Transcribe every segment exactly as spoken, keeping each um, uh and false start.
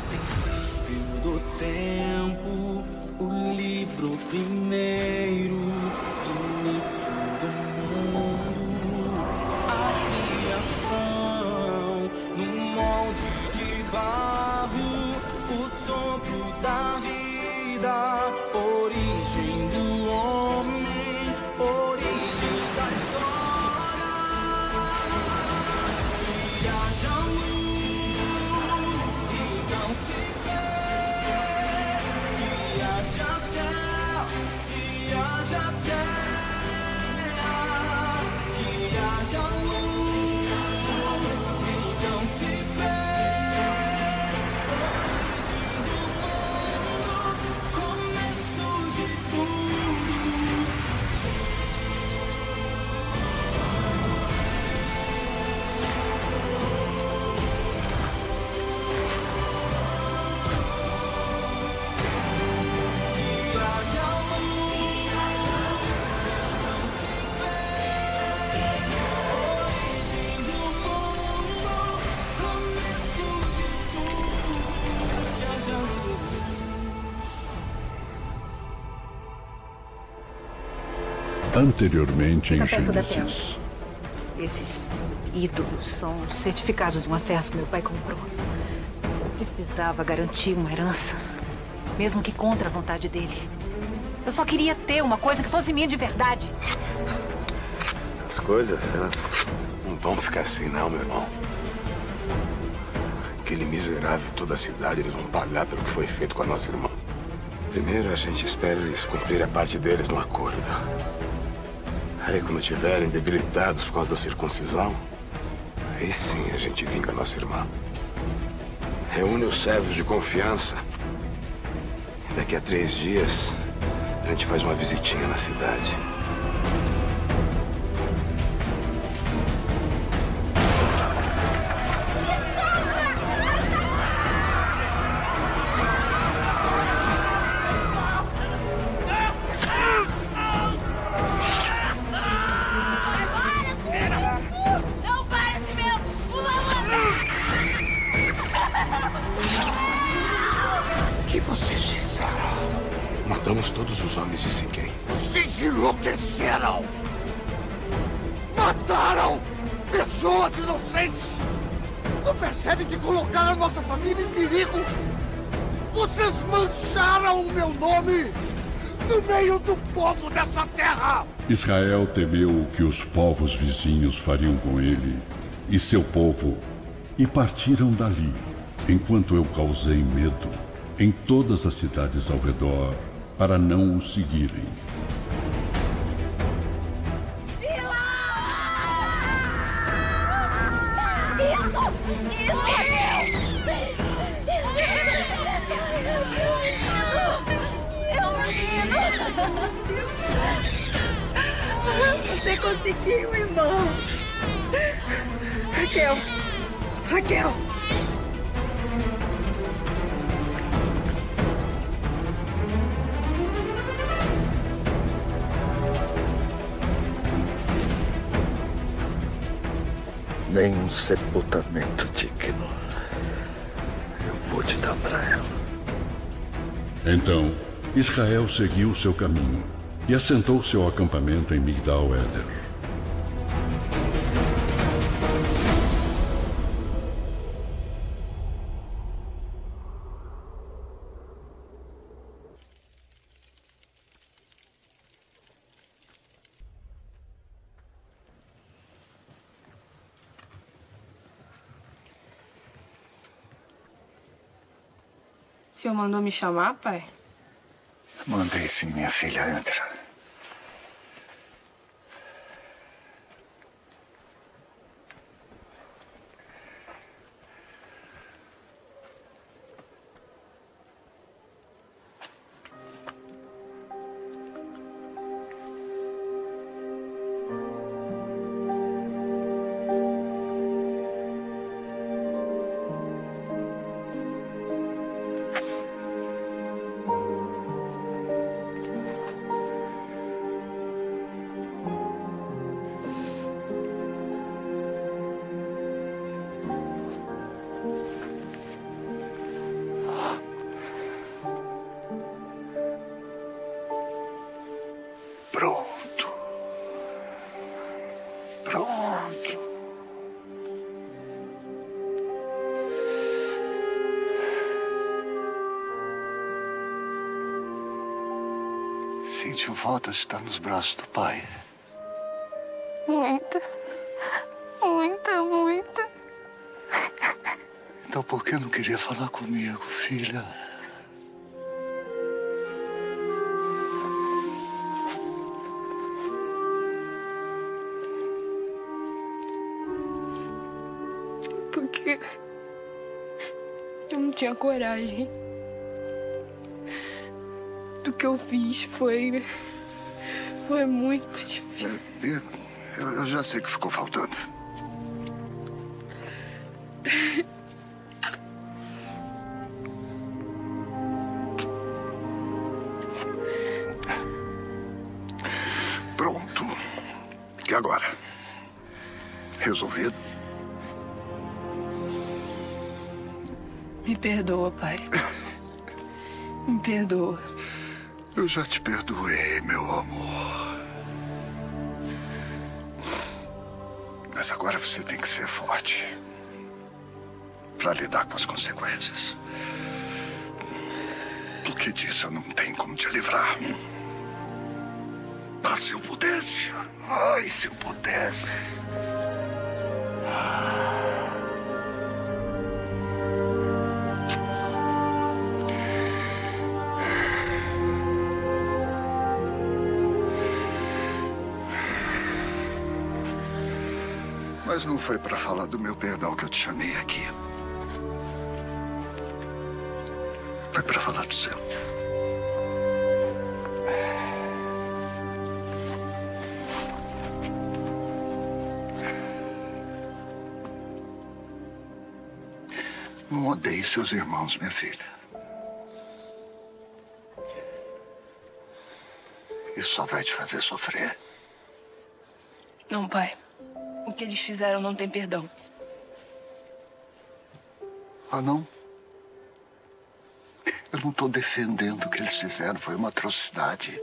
princípio do tempo, o livro primeiro, início do mundo, a criação, no molde de barro, o sopro da vida, origem do homem, origem da história. E haja luz, então se fez, e haja céu, e haja terra, e haja luz, então se fez, origem do mundo, começo de tudo. E haja luz, então se fez, origem do mundo, começo de tudo. Que haja luz. Anteriormente em Fica perto da Gênesis. Esses ídolos são os certificados de umas terras que meu pai comprou. Eu precisava garantir uma herança, mesmo que contra a vontade dele. Eu só queria ter uma coisa que fosse minha de verdade. As coisas, elas não vão ficar assim não, meu irmão. Aquele miserável e toda a cidade, eles vão pagar pelo que foi feito com a nossa irmã. Primeiro a gente espera eles cumprir a parte deles no acordo. Aí quando estiverem debilitados por causa da circuncisão, aí sim a gente vinga a nossa irmã. Reúne os servos de confiança. Daqui a três dias, a gente faz uma visitinha na cidade. Não parece meu! O que vocês fizeram? Matamos todos os homens de Siquém. Vocês enlouqueceram! Mataram pessoas inocentes! Não percebem que colocaram a nossa família em perigo? Vocês mancharam o meu nome no meio do povo dessa terra! Israel temeu o que os povos vizinhos fariam com ele e seu povo, e partiram dali, enquanto eu causei medo em todas as cidades ao redor, para não o seguirem. Você conseguiu, irmão! Raquel! Raquel! Nenhum sepultamento digno eu pude dar para ela. Então, Israel seguiu seu caminho e assentou seu acampamento em Migdal-Eder. O senhor mandou me chamar, pai? Mandei sim, minha filha, entra. sentiu falta de estar nos braços do pai? Muita. Muita, muita. Então por que não queria falar comigo, filha? Porque eu não tinha coragem. Do que eu fiz foi... Foi muito difícil. Eu, eu, eu já sei que ficou faltando. Pronto. E agora? Resolvido? Me perdoa, pai. Me perdoa. Eu já te perdoei, meu amor. Mas agora você tem que ser forte para lidar com as consequências. Porque disso eu não tenho como te livrar. Ah, se eu pudesse. Ai, se eu pudesse. Mas não foi para falar do meu perdão que eu te chamei aqui. Foi para falar do seu. Não odeie seus irmãos, minha filha. Isso só vai te fazer sofrer. Não, pai. O que eles fizeram não tem perdão. Ah, não? Eu não estou defendendo o que eles fizeram. Foi uma atrocidade.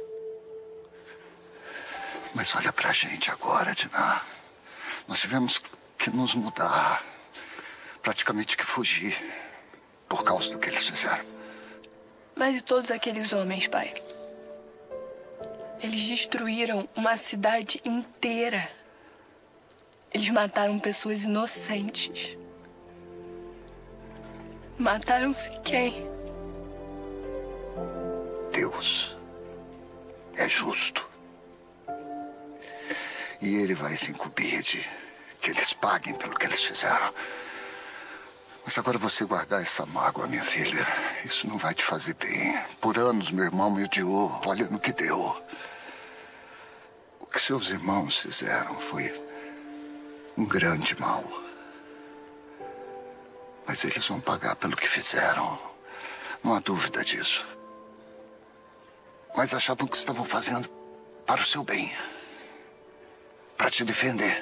Mas olha pra gente agora, Diná. Nós tivemos que nos mudar. Praticamente que fugir. Por causa do que eles fizeram. Mas e todos aqueles homens, pai? Eles destruíram uma cidade inteira. Eles mataram pessoas inocentes. Mataram-se quem? Deus é justo. E ele vai se incumbir de que eles paguem pelo que eles fizeram. Mas agora você guardar essa mágoa, minha filha, isso não vai te fazer bem. Por anos meu irmão me odiou. Olha no que deu. O que seus irmãos fizeram foi um grande mal. Mas eles vão pagar pelo que fizeram. Não há dúvida disso. Mas achavam que estavam fazendo para o seu bem. Para te defender.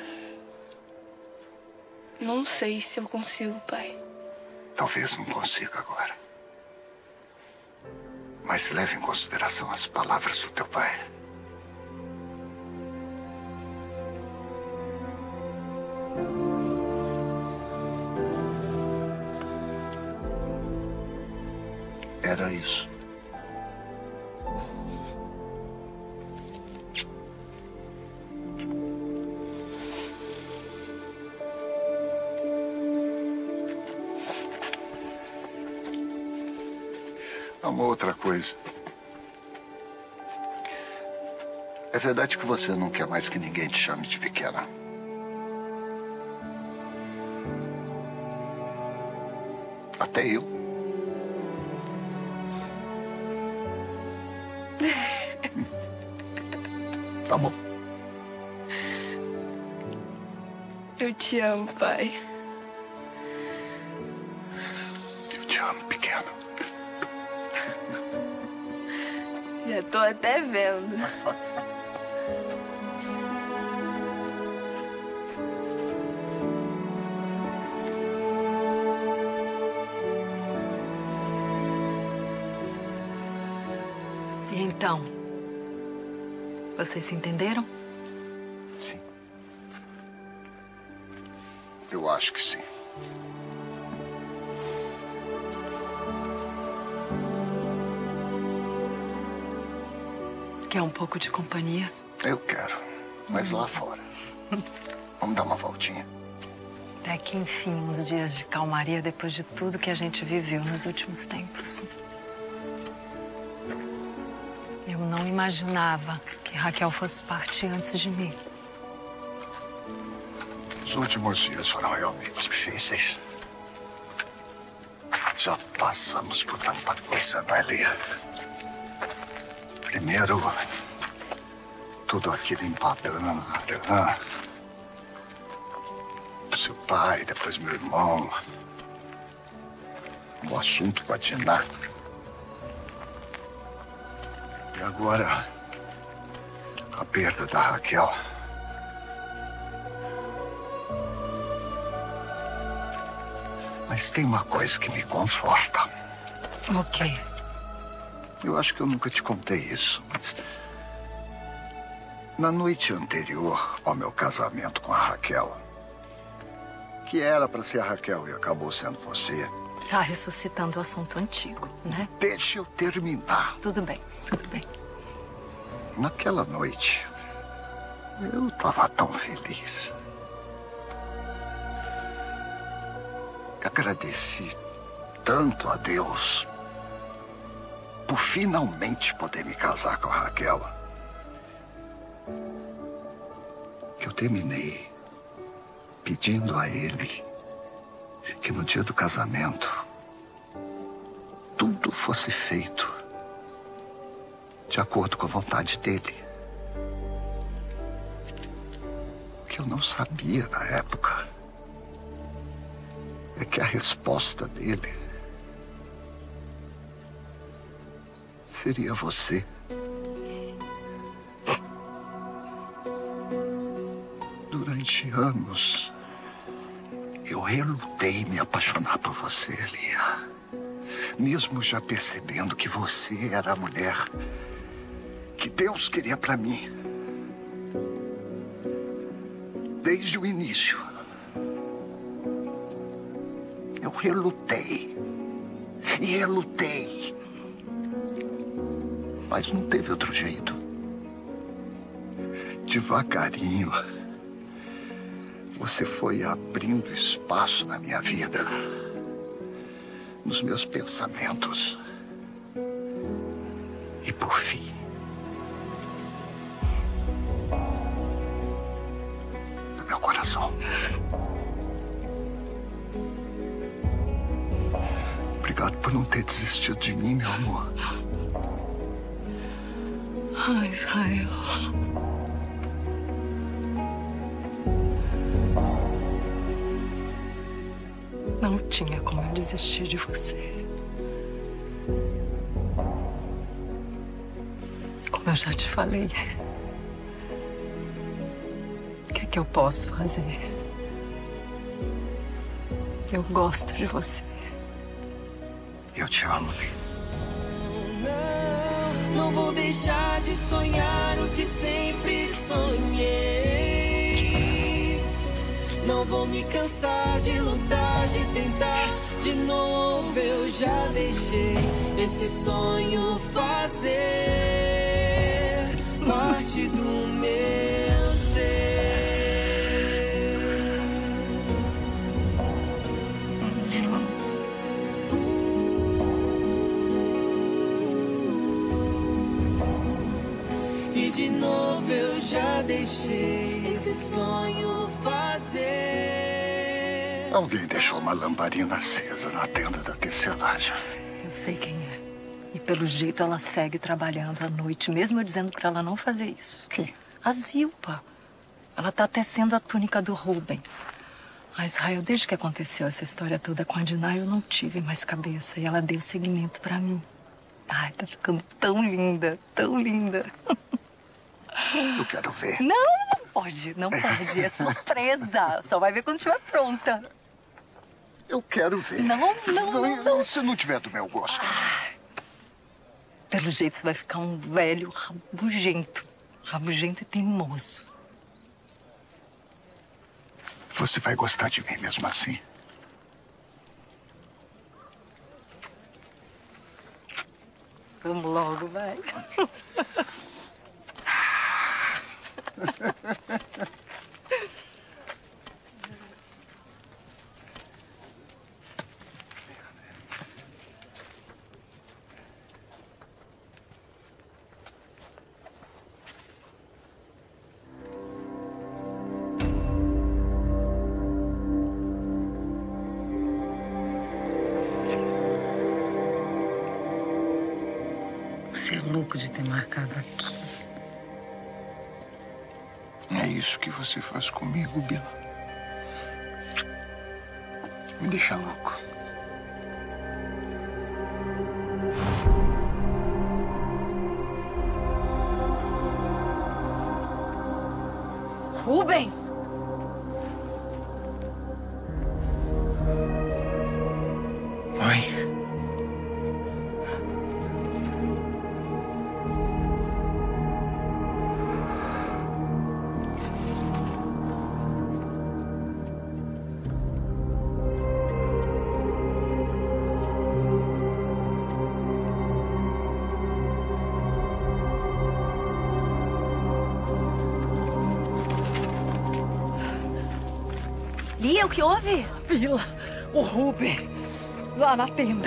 Não sei se eu consigo, pai. Talvez não consiga agora. Mas leve em consideração as palavras do teu pai. Era isso. Há uma outra coisa. É verdade que você não quer mais que ninguém te chame de pequena? Até eu. Tá bom. Eu te amo, pai. Eu te amo, pequeno. Já tô até vendo. E então? Vocês se entenderam? Sim. Eu acho que sim. Quer um pouco de companhia? Eu quero, mas lá fora. Vamos dar uma voltinha. Até que, enfim, uns dias de calmaria depois de tudo que a gente viveu nos últimos tempos. Eu não imaginava que Raquel fosse partir antes de mim. Os últimos dias foram realmente difíceis. Já passamos por tanta coisa, não é, Lia? Primeiro, tudo aquilo empadando. Seu pai, depois meu irmão. O assunto com a Diná. E agora, a perda da Raquel. Mas tem uma coisa que me conforta. O quê? Eu acho que eu nunca te contei isso, mas... Na noite anterior ao meu casamento com a Raquel, que era para ser a Raquel e acabou sendo você... Tá ressuscitando o assunto antigo, né? Deixa eu terminar. Tudo bem, tudo bem. Naquela noite, eu estava tão feliz. Agradeci tanto a Deus por finalmente poder me casar com a Raquel, que eu terminei pedindo a ele que no dia do casamento tudo fosse feito de acordo com a vontade dele. O que eu não sabia na época é que a resposta dele seria você. Durante anos, eu relutei em me apaixonar por você, Lia. Mesmo já percebendo que você era a mulher que Deus queria pra mim. Desde o início. Eu relutei. E relutei. Mas não teve outro jeito. Devagarinho, você foi abrindo espaço na minha vida, nos meus pensamentos. E por fim, no meu coração. Obrigado por não ter desistido de mim, meu amor. Ai, Israel. Não tinha como eu desistir de você. Como eu já te falei, o que é que eu posso fazer? Eu gosto de você. Eu te amo. Não, não vou deixar de sonhar o que sempre sonhei. Não vou me cansar de lutar, de tentar de novo. Eu já deixei esse sonho fazer parte do meu ser. E de novo eu já deixei esse sonho fazer. Alguém deixou uma lamparina acesa na tenda da tecelagem. Eu sei quem é. E pelo jeito ela segue trabalhando à noite, mesmo eu dizendo pra ela não fazer isso. Quem? A Zilpa. Ela tá tecendo a túnica do Rubem. A Israel, desde que aconteceu essa história toda com a Diná, eu não tive mais cabeça. E ela deu seguimento pra mim. Ai, tá ficando tão linda, tão linda. Eu quero ver. Não, não pode, não pode. É surpresa. Só vai ver quando estiver pronta. Eu quero ver. Não, não, não, não. E se não tiver do meu gosto? Ah, pelo jeito você vai ficar um velho rabugento. Rabugento e teimoso. Você vai gostar de mim mesmo assim? Vamos logo, vai. Você é louco de ter marcado aqui. É isso que você faz comigo, Bila. Me deixa louco. Rubem! Mãe. Lia, o que houve? Bila, o Rubem, lá na tenda.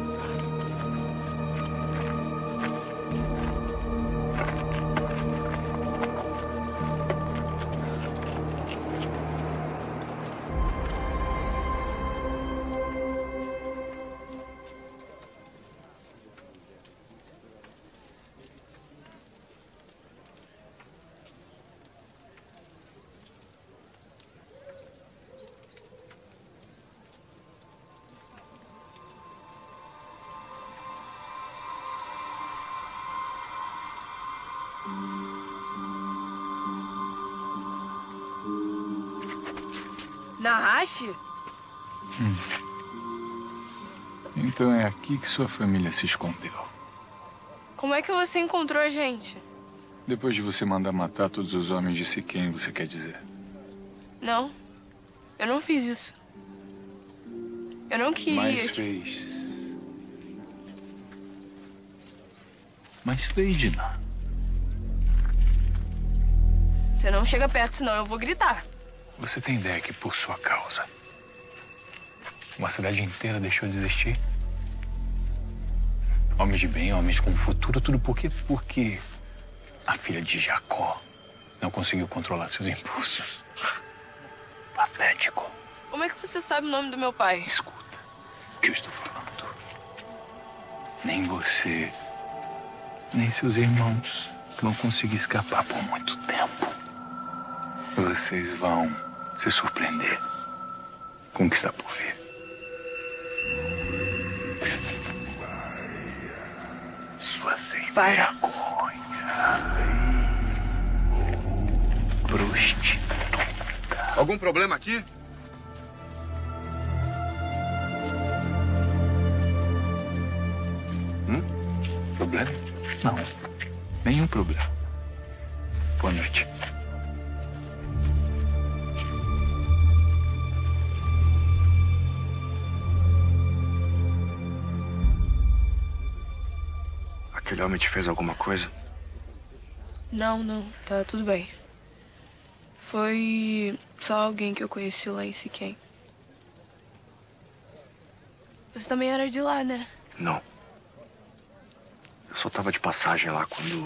Nahashi? Hum. Então é aqui que sua família se escondeu. Como é que você encontrou a gente? Depois de você mandar matar todos os homens de Siquém, você quer dizer? Não, eu não fiz isso. Eu não queria... Mas fez. Mas fez, Dina. Você não chega perto, senão eu vou gritar. Você tem ideia que por sua causa uma cidade inteira deixou de existir? Homens de bem, homens com futuro, tudo por quê? Porque a filha de Jacó não conseguiu controlar seus impulsos. Patético. Como é que você sabe o nome do meu pai? Escuta o que eu estou falando. Nem você, nem seus irmãos vão conseguir escapar por muito tempo. Vocês vão se surpreender com o que está por vir. Sua sem vergonha. Prostituta. Algum problema aqui? Hum? Problema? Não. Nenhum problema. Boa noite. Aquele homem te fez alguma coisa? Não, não, tá tudo bem. Foi só alguém que eu conheci lá em Siquém. Você também era de lá, né? Não. Eu só tava de passagem lá quando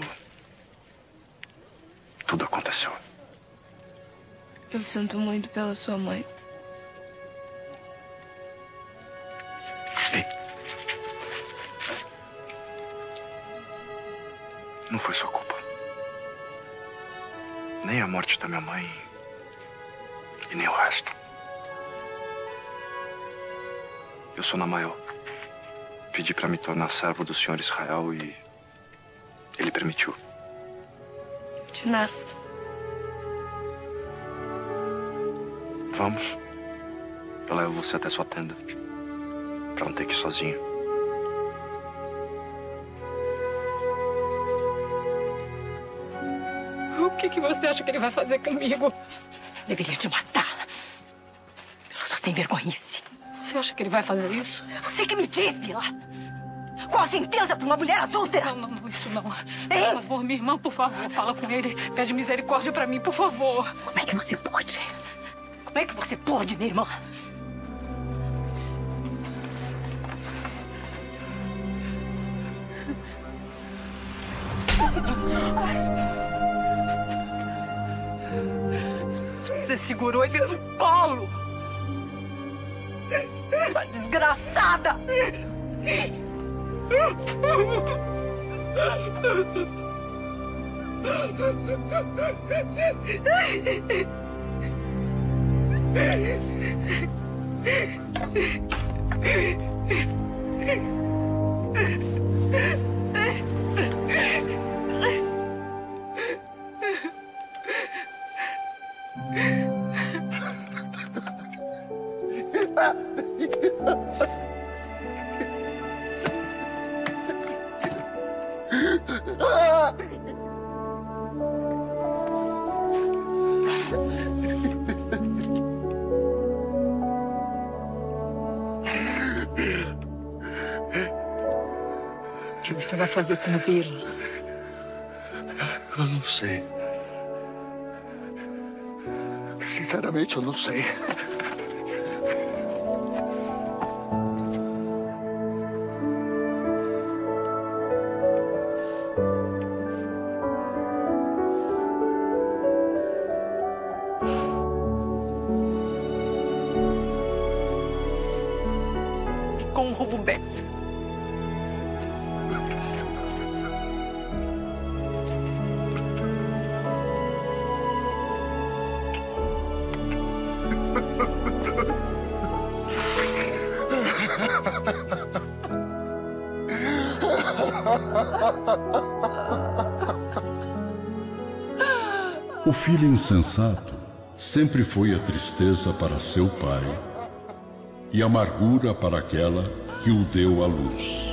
tudo aconteceu. Eu sinto muito pela sua mãe. Ei. Não foi sua culpa. Nem a morte da minha mãe e nem o resto. Eu sou Namael. Pedi para me tornar servo do senhor Israel e ele permitiu. De nada. Vamos. Eu levo você até sua tenda. Pra não ter que ir sozinho. O que, que você acha que ele vai fazer comigo? Deveria te matar. Pela sua sem vergonhice. Você acha que ele vai fazer isso? Você que me diz, Bila. Qual a sentença para uma mulher adúltera? Não, não, não, isso não. Hein? Por favor, minha irmã, por favor, fala com ele. Pede misericórdia pra mim, por favor. Como é que você pode? Como é que você pode, minha irmã? Você segurou ele no colo. Uma desgraçada. O que você vai fazer com o Billy? Eu não sei. Sinceramente, eu não sei. Com o Rubem. O filho insensato sempre foi a tristeza para seu pai e a amargura para aquela que o deu à luz.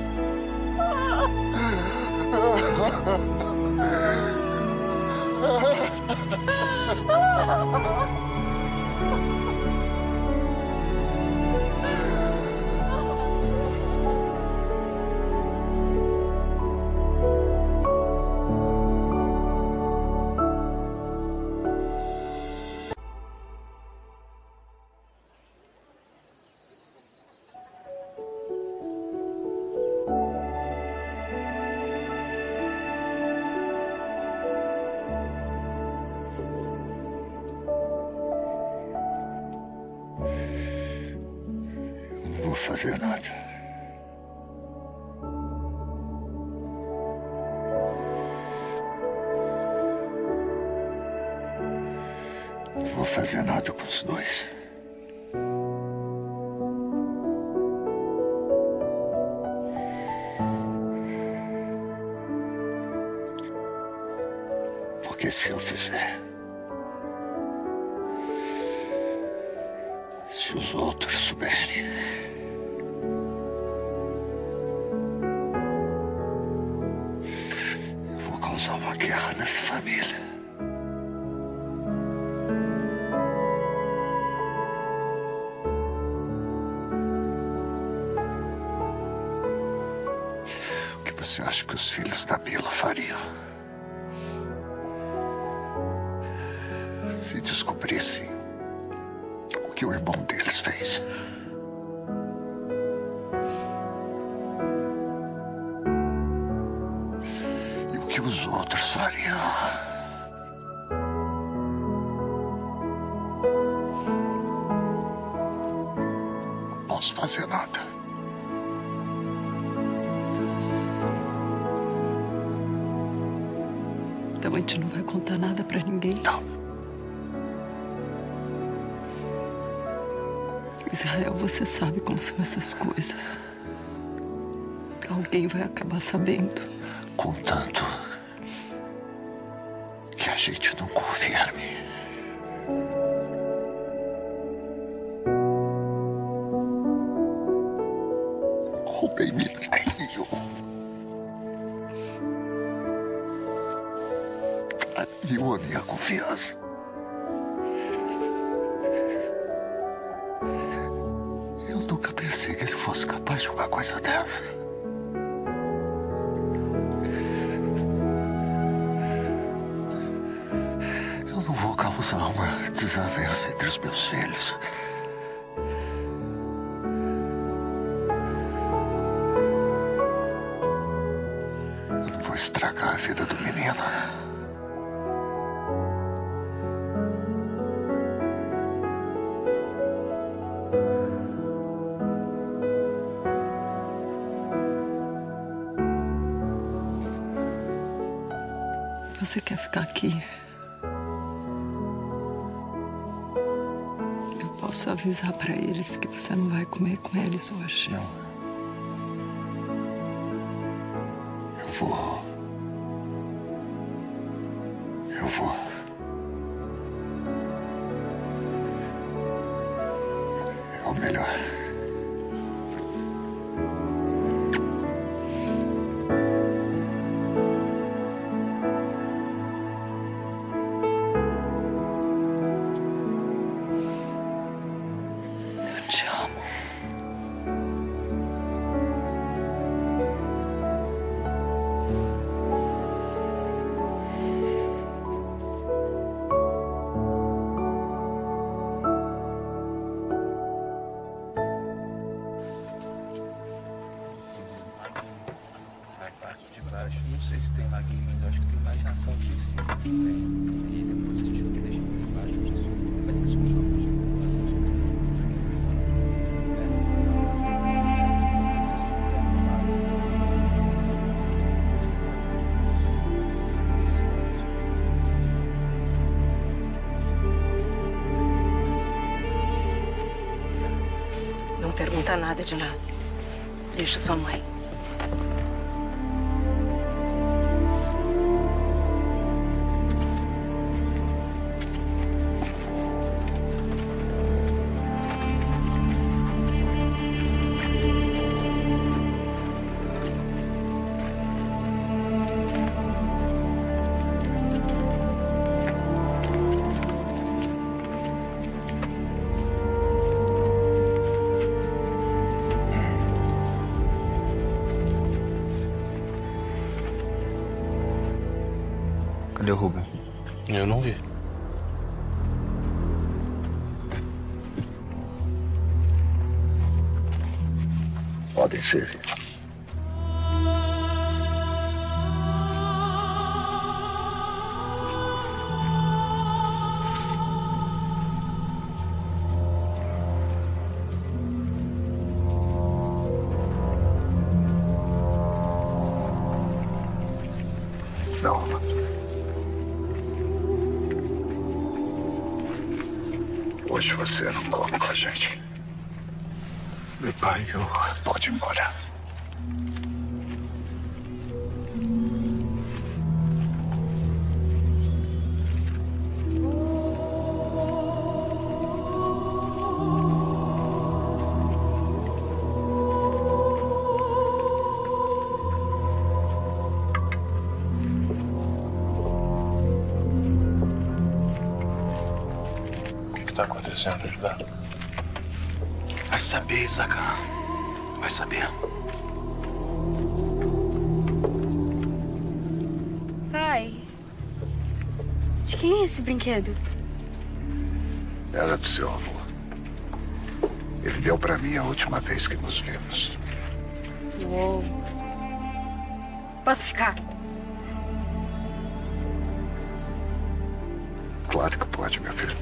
Não vou fazer nada. Não vou fazer nada com os dois. Porque se eu fizer, se os outros souberem, eu vou causar uma guerra nessa família. O que você acha que os filhos da Bila fariam se descobrissem o que o irmão deles fez? E o que os outros fariam? Não posso fazer nada. Então a gente não vai contar nada pra ninguém? Não. Israel, você sabe como são essas coisas. Alguém vai acabar sabendo. Contanto que a gente não confirme. Rubem me traiu. Traiu a minha confiança. Eu nunca pensei que ele fosse capaz de uma coisa dessa. desavença entre os meus filhos. Eu não vou estragar a vida do menino. Você quer ficar aqui? Eu posso avisar pra eles que você não vai comer com eles hoje. Não. Eu vou. Eu vou. É o melhor. Te amo. A parte de baixo, não sei se tem laguinho, mas acho que tem mais ação de cima também. E depois a gente vai deixar aqui embaixo. Vai ter que subir uma parte. Não pergunta nada de lá. Deixa sua mãe. Cadê o Ruben? Eu não vi. Podem ser. Não. Hoje você não come com a gente. Meu pai, eu... Pode ir embora. O que está acontecendo, Judá? Vai saber, Zagan. Vai saber. Pai, de quem é esse brinquedo? Era do seu avô. Ele deu pra mim a última vez que nos vimos. Uou. Posso ficar? Claro que pode, meu filho.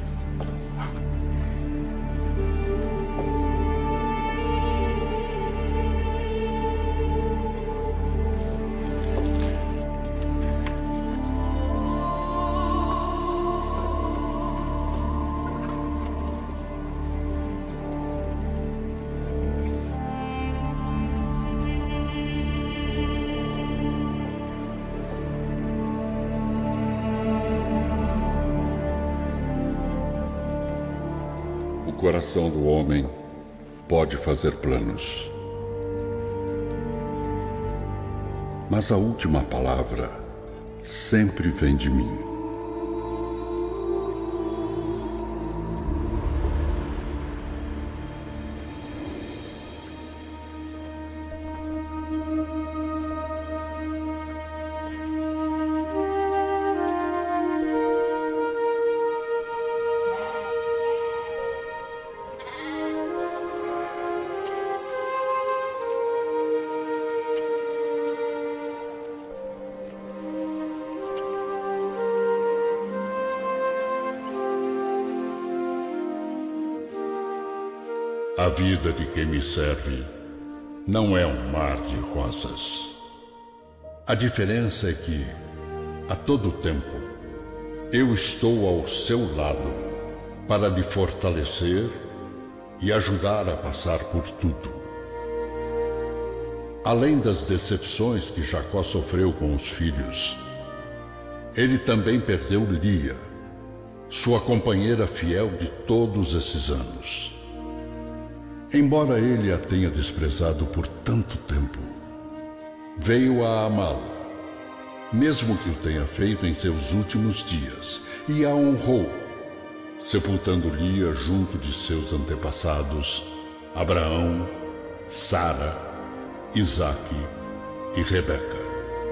O coração do homem pode fazer planos, mas a última palavra sempre vem de mim. A vida de quem me serve não é um mar de rosas. A diferença é que, a todo tempo, eu estou ao seu lado para lhe fortalecer e ajudar a passar por tudo. Além das decepções que Jacó sofreu com os filhos, ele também perdeu Lia, sua companheira fiel de todos esses anos. Embora ele a tenha desprezado por tanto tempo, veio a amá-la, mesmo que o tenha feito em seus últimos dias, e a honrou, sepultando Lia junto de seus antepassados, Abraão, Sara, Isaque e Rebeca.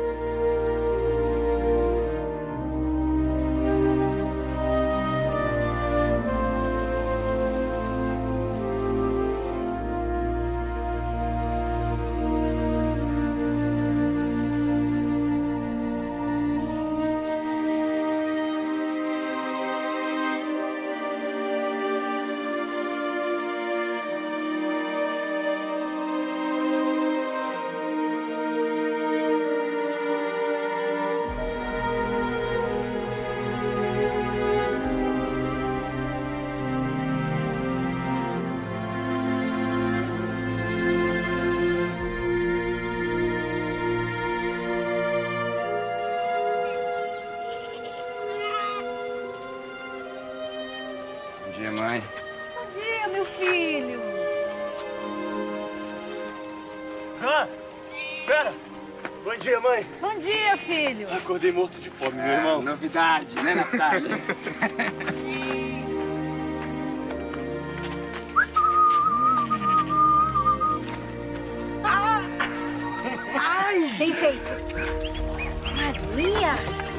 Bom dia, mãe. Bom dia, meu filho. Ah, espera. Bom dia, mãe. Bom dia, filho. Acordei morto de fome, meu irmão. Novidade, né, Natália? Ai, bem feito. Maria.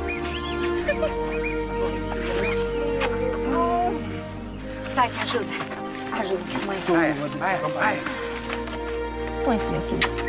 Vai, me ajuda. Ajuda, mãe. Vai, vai, vai. Põe isso aqui.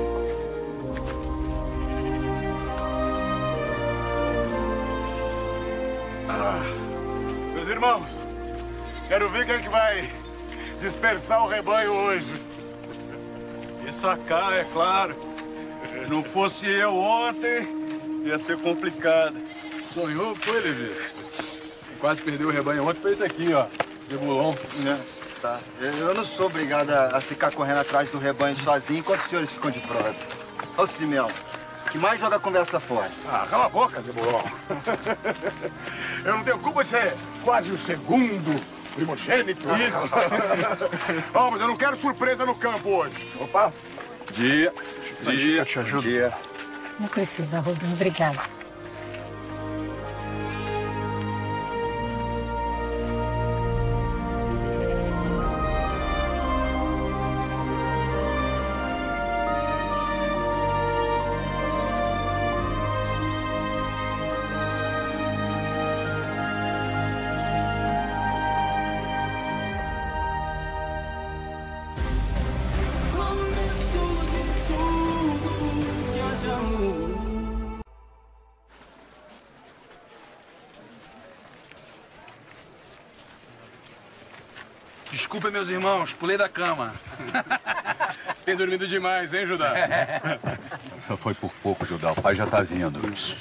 Ah, meus irmãos, quero ver quem é que vai dispersar o rebanho hoje. Isso acá, é claro. Se não fosse eu ontem, ia ser complicado. Sonhou, foi, Levi? Quase perdeu o rebanho ontem, foi esse aqui, ó. Zebulon, né? Tá. Eu não sou obrigado a ficar correndo atrás do rebanho sozinho enquanto os senhores ficam de prova. Ô, Simeão, que mais joga a conversa fora? Ah, cala a boca, Zebulon. Eu não tenho culpa de ser quase o segundo primogênito. Ó, oh, mas eu não quero surpresa no campo hoje. Opa! Dia, dia, te ajudo. Dia. Não precisa, Rubinho. Obrigada. Desculpa, meus irmãos, pulei da cama. Você tem dormido demais, hein, Judá? Só foi por pouco, Judá. O pai já tá vindo.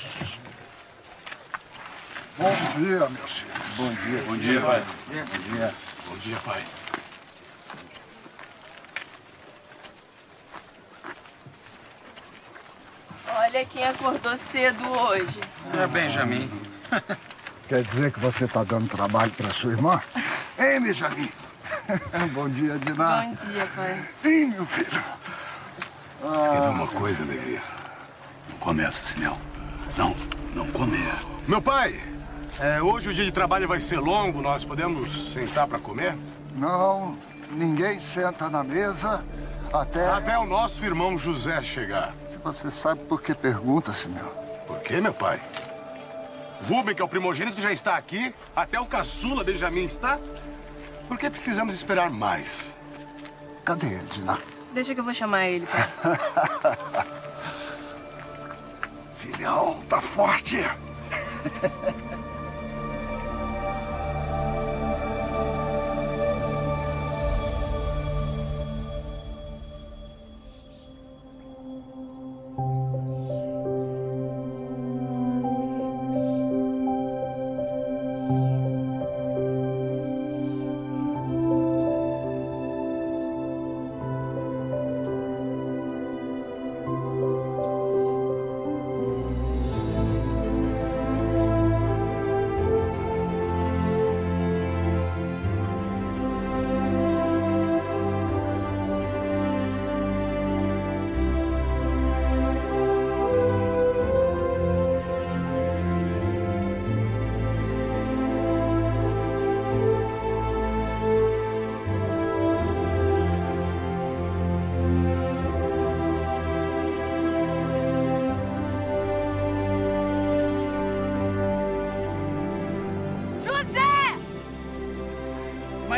Bom dia, meus filhos. Bom dia. Bom dia, pai. Bom dia. Bom dia, pai. Olha quem acordou cedo hoje. É Benjamin. Quer dizer que você tá dando trabalho pra sua irmã? Hein, Benjamin? Bom dia, Diná. Bom dia, pai. Hein, meu filho? Você quer ver uma coisa, Levi? Não começa, Simeão. Não, não comer. Meu pai, é, hoje o dia de trabalho vai ser longo. Nós podemos sentar para comer? Não, ninguém senta na mesa até... Até o nosso irmão José chegar. Se você sabe por que pergunta, Simeão. Por quê, meu pai? Rubem, que é o primogênito, já está aqui. Até o caçula Benjamin está. Por que precisamos esperar mais? Cadê ele, Diná? Deixa que eu vou chamar ele, pai. Filhão, tá forte.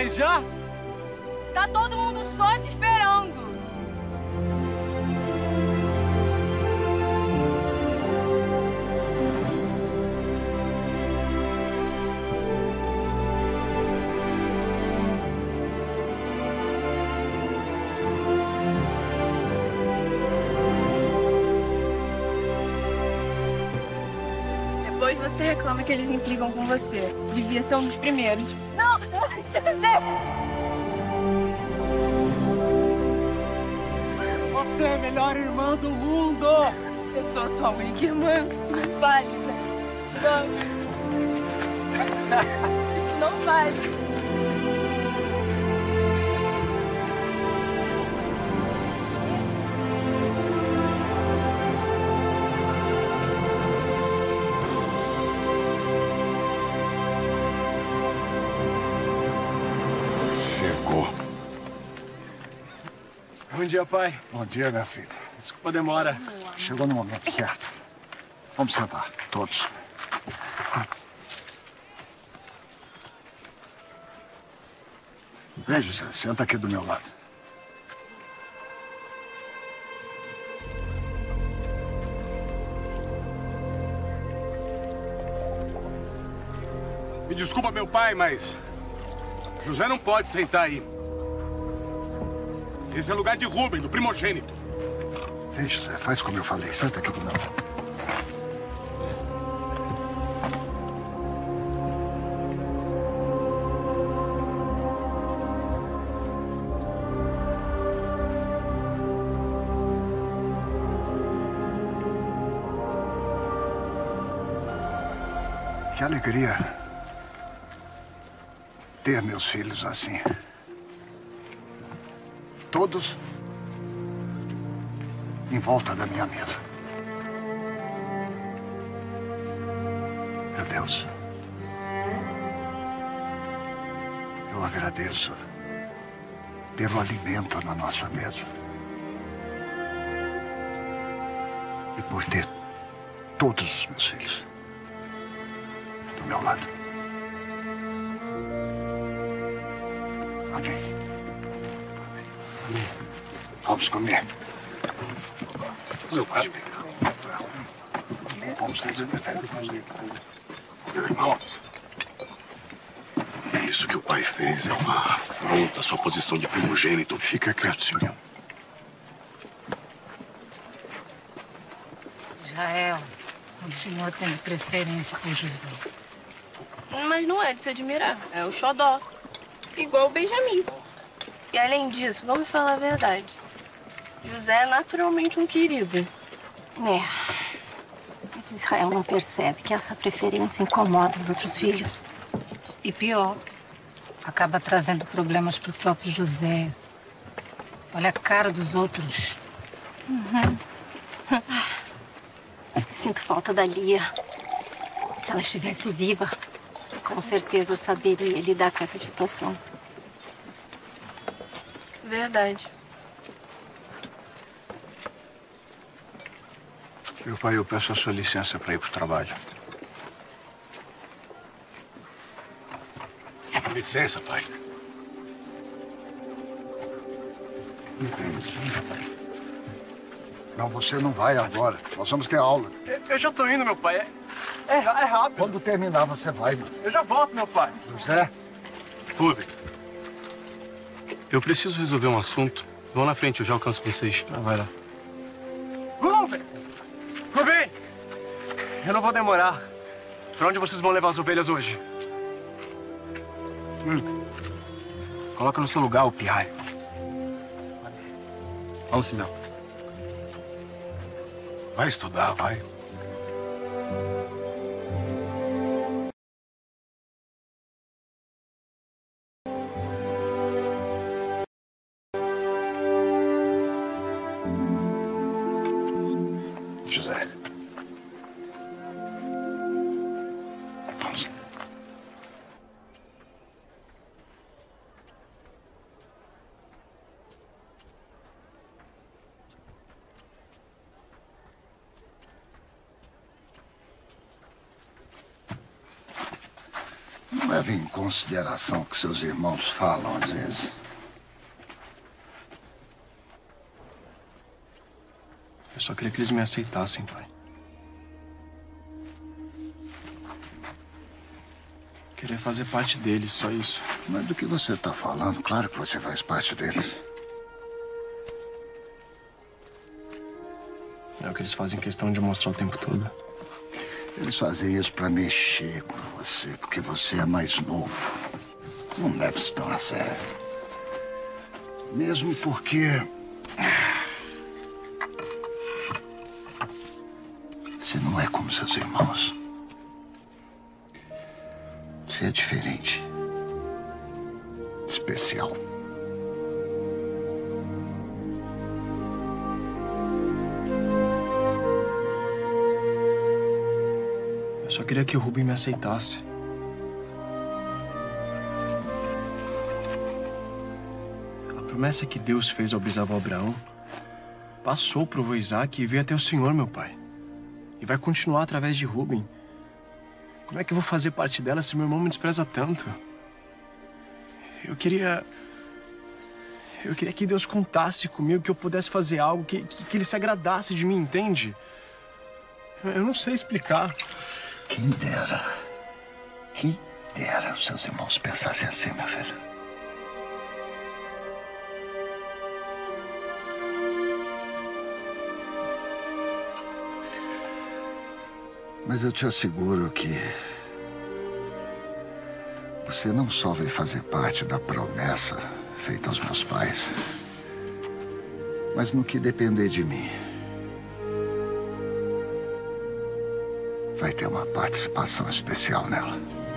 Mas já? Tá todo mundo só te esperando. Depois você reclama que eles implicam com você. Devia ser um dos primeiros. Não! Você é a melhor irmã do mundo! Eu sou sua única irmã. Não vale, né? Não. Não vale. Bom dia, pai. Bom dia, minha filha. Desculpa a demora. Chegou no momento certo. Vamos sentar, todos. Vem, José, senta aqui do meu lado. Me desculpa, meu pai, mas José não pode sentar aí. Esse é o lugar de Rubem, do primogênito. Ei, José, faz como eu falei. Senta aqui do meu lado. Que alegria ter meus filhos assim. Todos em volta da minha mesa. Meu Deus, eu agradeço pelo alimento na nossa mesa e por ter todos os meus filhos do meu lado. Amém. Vamos comer. Meu pai. Vamos receber. Meu irmão, isso que o pai fez é uma afronta à sua posição de primogênito. Fica quieto, senhor. Israel, o senhor tem preferência por José. Mas não é de se admirar. É o xodó. Igual o Benjamin. E além disso, vamos falar a verdade. José é naturalmente um querido. É. Mas Israel não percebe que essa preferência incomoda os outros filhos. E pior, acaba trazendo problemas pro próprio José. Olha a cara dos outros. Uhum. Sinto falta da Lia. Se ela estivesse viva, com certeza saberia lidar com essa situação. Verdade. Meu pai, eu peço a sua licença para ir para o trabalho. Licença, pai. Não, você não vai agora. Nós vamos ter aula. Eu já tô indo, meu pai. É, é, é rápido. Quando terminar, você vai, mano. Eu já volto, meu pai. José? Rubem, eu preciso resolver um assunto. Vão na frente, eu já alcanço vocês. Ah, vai lá. Rubem! Rubem! Eu não vou demorar. Pra onde vocês vão levar as ovelhas hoje? Hum. Coloca no seu lugar o pirraia. Vamos, Simeão. Vai estudar, vai. José. Vamos. Não é leve em consideração o que seus irmãos falam às vezes. Eu só queria que eles me aceitassem, pai. Queria fazer parte deles, só isso. Mas do que você está falando? Claro que você faz parte deles. É o que eles fazem questão de mostrar o tempo todo. Eles fazem isso para mexer com você, porque você é mais novo. Não leve isso tão a sério. Mesmo porque... você não é como seus irmãos. Você é diferente. Especial. Eu só queria que o Rubem me aceitasse. A promessa que Deus fez ao bisavô Abraão passou pro avô Isaac e veio até o Senhor, meu pai. E vai continuar através de Rubem. Como é que eu vou fazer parte dela se meu irmão me despreza tanto? Eu queria... Eu queria que Deus contasse comigo, que eu pudesse fazer algo, que, que, que ele se agradasse de mim, entende? Eu não sei explicar. Quem dera. Quem dera os seus irmãos pensassem assim, meu filho. Mas eu te asseguro que você não só vai fazer parte da promessa feita aos meus pais, mas no que depender de mim, vai ter uma participação especial nela.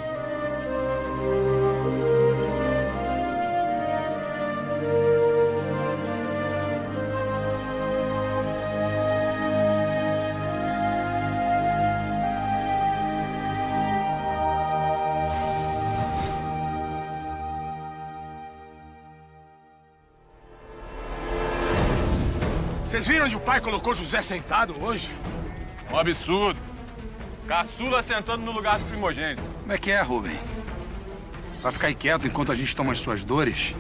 Vocês viram onde o pai colocou José sentado hoje? Um absurdo. Caçula sentando no lugar do primogênito. Como é que é, Rubem? Vai ficar aí quieto enquanto a gente toma as suas dores?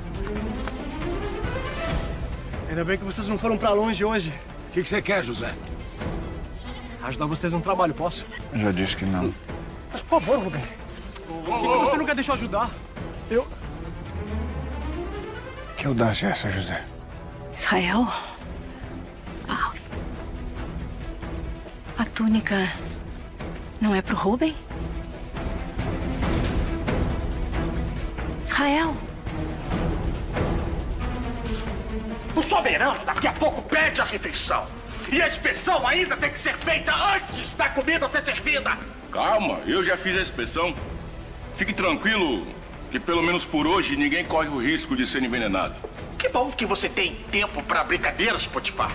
Ainda bem que vocês não foram pra longe hoje. O que, que você quer, José? Ajudar vocês no trabalho, posso? Eu já disse que não. Mas, por favor, Rubem. Por que, que você não quer deixar eu ajudar? Eu... Que audácia é essa, José? Israel? Ah. A túnica não é pro Rubem? Israel? O soberano daqui a pouco pede a refeição. E a inspeção ainda tem que ser feita antes da comida ser servida. Calma, eu já fiz a inspeção. Fique tranquilo que pelo menos por hoje ninguém corre o risco de ser envenenado. Que bom que você tem tempo para brincadeiras, Potifar.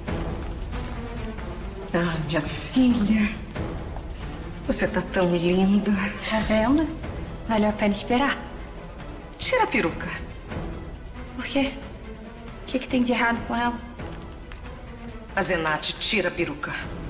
Ah, minha filha. Você tá tão linda. Tá vendo? Valeu a pena esperar. Tira a peruca. Por quê? O que, que tem de errado com ela? A Zenate tira a peruca.